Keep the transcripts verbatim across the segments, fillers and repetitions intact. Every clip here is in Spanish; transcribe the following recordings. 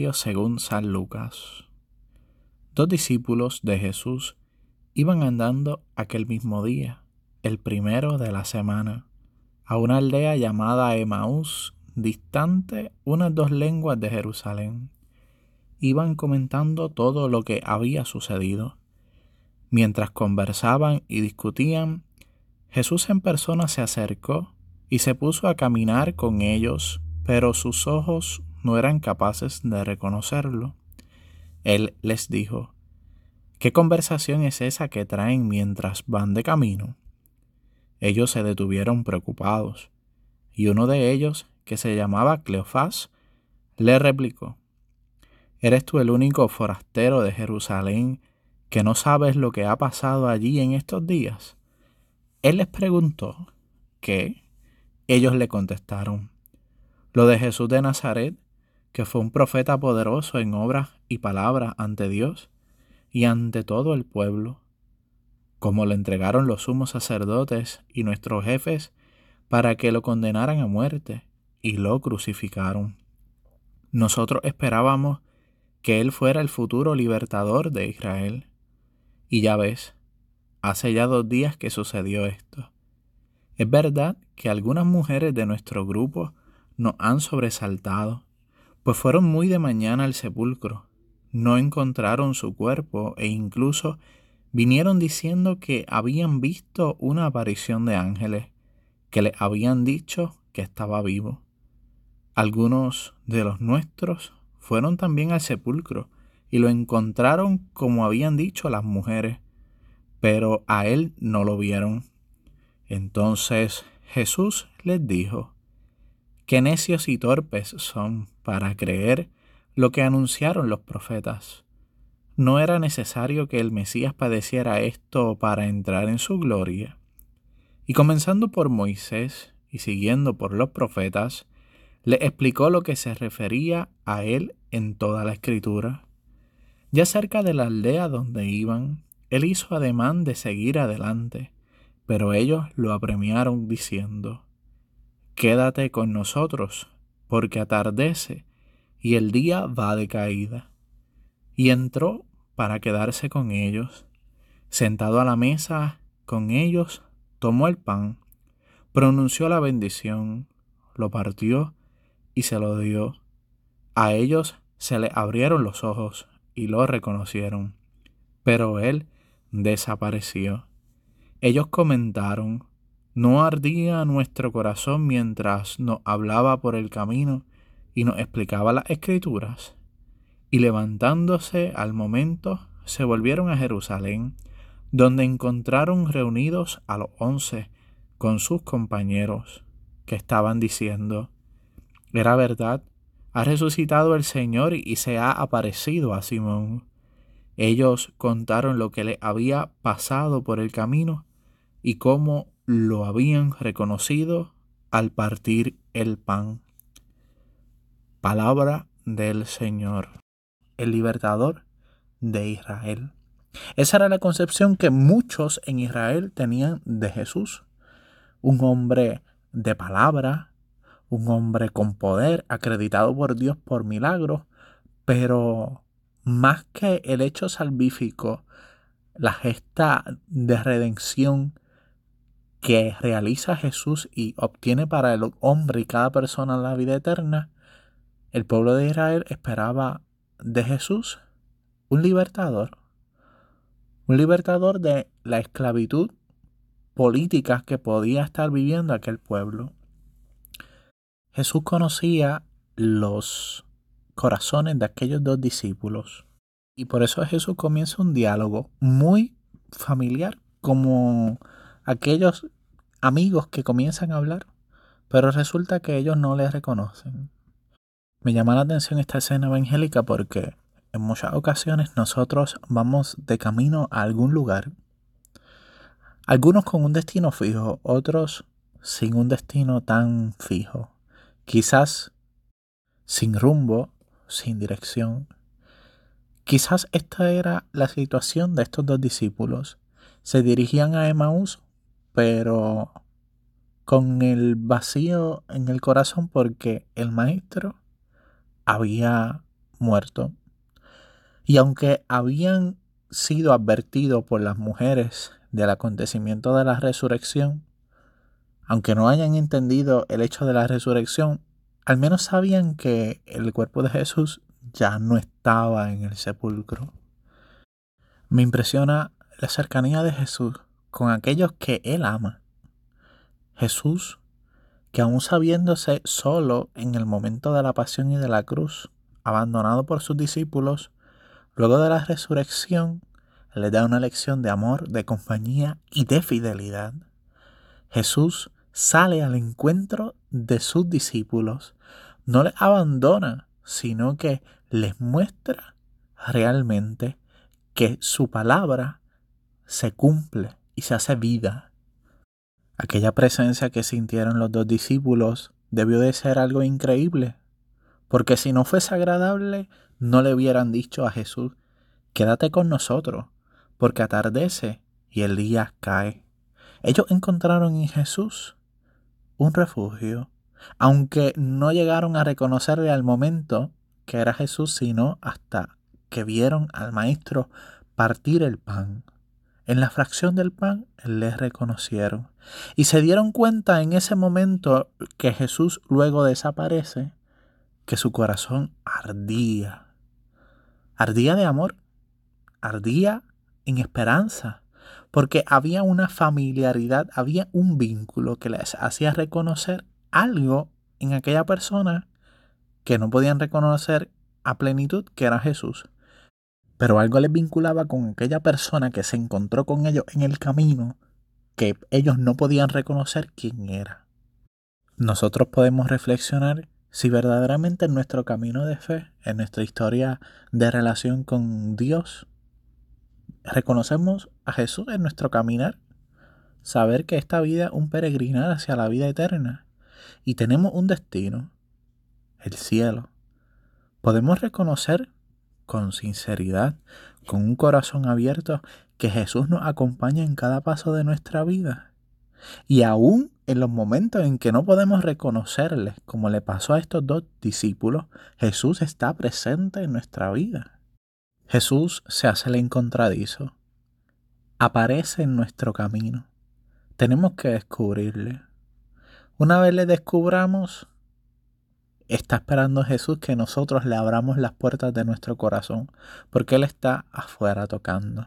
Evangelio según San Lucas. Dos discípulos de Jesús iban andando aquel mismo día, el primero de la semana, a una aldea llamada Emaús, distante unas dos lenguas de Jerusalén. Iban comentando todo lo que había sucedido. Mientras conversaban y discutían, Jesús en persona se acercó y se puso a caminar con ellos, pero sus ojos no eran capaces de reconocerlo. Él les dijo: ¿Qué conversación es esa que traen mientras van de camino? Ellos se detuvieron preocupados, y uno de ellos, que se llamaba Cleofás, le replicó: ¿Eres tú el único forastero de Jerusalén que no sabes lo que ha pasado allí en estos días? Él les preguntó: ¿qué? Ellos le contestaron: lo de Jesús de Nazaret, que fue un profeta poderoso en obras y palabras ante Dios y ante todo el pueblo, como lo entregaron los sumos sacerdotes y nuestros jefes para que lo condenaran a muerte, y lo crucificaron. Nosotros esperábamos que él fuera el futuro libertador de Israel. Y ya ves, hace ya dos días que sucedió esto. Es verdad que algunas mujeres de nuestro grupo nos han sobresaltado, pues fueron muy de mañana al sepulcro, no encontraron su cuerpo e incluso vinieron diciendo que habían visto una aparición de ángeles, que les habían dicho que estaba vivo. Algunos de los nuestros fueron también al sepulcro y lo encontraron como habían dicho las mujeres, pero a él no lo vieron. Entonces Jesús les dijo: qué necios y torpes son para creer lo que anunciaron los profetas. ¿No era necesario que el Mesías padeciera esto para entrar en su gloria? Y comenzando por Moisés y siguiendo por los profetas, le explicó lo que se refería a él en toda la Escritura. Ya cerca de la aldea donde iban, él hizo ademán de seguir adelante, pero ellos lo apremiaron diciendo: quédate con nosotros, porque atardece y el día va de caída. Y entró para quedarse con ellos. Sentado a la mesa con ellos, tomó el pan, pronunció la bendición, lo partió y se lo dio. A ellos se les abrieron los ojos y lo reconocieron, pero él desapareció. Ellos comentaron: ¿no ardía nuestro corazón mientras nos hablaba por el camino y nos explicaba las Escrituras? Y levantándose al momento, se volvieron a Jerusalén, donde encontraron reunidos a los once con sus compañeros, que estaban diciendo: era verdad, ha resucitado el Señor y se ha aparecido a Simón. Ellos contaron lo que le había pasado por el camino y cómo lo habían reconocido al partir el pan. Palabra del Señor, el libertador de Israel. Esa era la concepción que muchos en Israel tenían de Jesús. Un hombre de palabra, un hombre con poder, acreditado por Dios por milagros, pero más que el hecho salvífico, la gesta de redención que realiza Jesús y obtiene para el hombre y cada persona la vida eterna, el pueblo de Israel esperaba de Jesús un libertador, un libertador de la esclavitud política que podía estar viviendo aquel pueblo. Jesús conocía los corazones de aquellos dos discípulos y por eso Jesús comienza un diálogo muy familiar, como aquellos amigos que comienzan a hablar, pero resulta que ellos no les reconocen. Me llama la atención esta escena evangélica porque en muchas ocasiones nosotros vamos de camino a algún lugar, algunos con un destino fijo, otros sin un destino tan fijo, quizás sin rumbo, sin dirección. Quizás esta era la situación de estos dos discípulos. Se dirigían a Emaús, pero con el vacío en el corazón porque el maestro había muerto. Y aunque habían sido advertidos por las mujeres del acontecimiento de la resurrección, aunque no hayan entendido el hecho de la resurrección, al menos sabían que el cuerpo de Jesús ya no estaba en el sepulcro. Me impresiona la cercanía de Jesús con aquellos que Él ama. Jesús, que aún sabiéndose solo en el momento de la pasión y de la cruz, abandonado por sus discípulos, luego de la resurrección, les da una lección de amor, de compañía y de fidelidad. Jesús sale al encuentro de sus discípulos, no les abandona, sino que les muestra realmente que su palabra se cumple y se hace vida. Aquella presencia que sintieron los dos discípulos debió de ser algo increíble, porque si no fuese agradable, no le hubieran dicho a Jesús: quédate con nosotros, porque atardece y el día cae. Ellos encontraron en Jesús un refugio, aunque no llegaron a reconocerle al momento que era Jesús, sino hasta que vieron al Maestro partir el pan. En la fracción del pan les reconocieron y se dieron cuenta en ese momento que Jesús luego desaparece, que su corazón ardía. Ardía de amor, ardía en esperanza, porque había una familiaridad, había un vínculo que les hacía reconocer algo en aquella persona que no podían reconocer a plenitud, que era Jesús. Pero algo les vinculaba con aquella persona que se encontró con ellos en el camino, que ellos no podían reconocer quién era. Nosotros podemos reflexionar si verdaderamente en nuestro camino de fe, en nuestra historia de relación con Dios, reconocemos a Jesús en nuestro caminar, saber que esta vida es un peregrinar hacia la vida eterna y tenemos un destino, el cielo. Podemos reconocer con sinceridad, con un corazón abierto, que Jesús nos acompaña en cada paso de nuestra vida. Y aún en los momentos en que no podemos reconocerle, como le pasó a estos dos discípulos, Jesús está presente en nuestra vida. Jesús se hace el encontradizo, aparece en nuestro camino. Tenemos que descubrirle. Una vez le descubramos, está esperando Jesús que nosotros le abramos las puertas de nuestro corazón, porque Él está afuera tocando.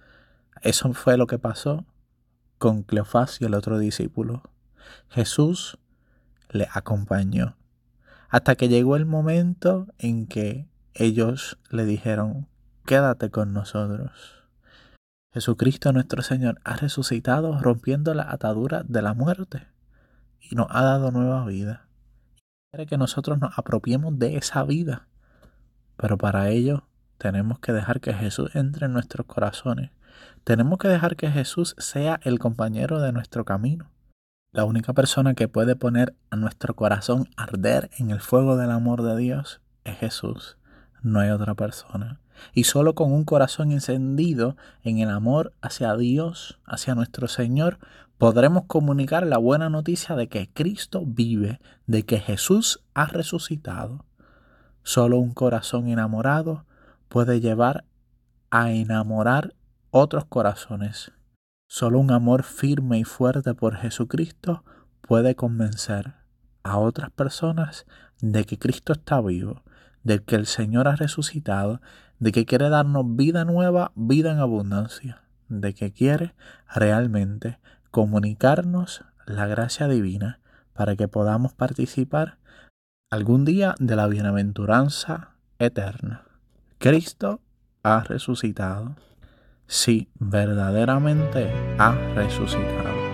Eso fue lo que pasó con Cleofás y el otro discípulo. Jesús le acompañó hasta que llegó el momento en que ellos le dijeron: quédate con nosotros. Jesucristo nuestro Señor ha resucitado, rompiendo la atadura de la muerte y nos ha dado nueva vida. Quiere que nosotros nos apropiemos de esa vida, pero para ello tenemos que dejar que Jesús entre en nuestros corazones. Tenemos que dejar que Jesús sea el compañero de nuestro camino. La única persona que puede poner a nuestro corazón arder en el fuego del amor de Dios es Jesús. No hay otra persona. Y solo con un corazón encendido en el amor hacia Dios, hacia nuestro Señor, podremos comunicar la buena noticia de que Cristo vive, de que Jesús ha resucitado. Solo un corazón enamorado puede llevar a enamorar otros corazones. Solo un amor firme y fuerte por Jesucristo puede convencer a otras personas de que Cristo está vivo, de que el Señor ha resucitado, de que quiere darnos vida nueva, vida en abundancia, de que quiere realmente comunicarnos la gracia divina para que podamos participar algún día de la bienaventuranza eterna. Cristo ha resucitado. Sí, verdaderamente ha resucitado.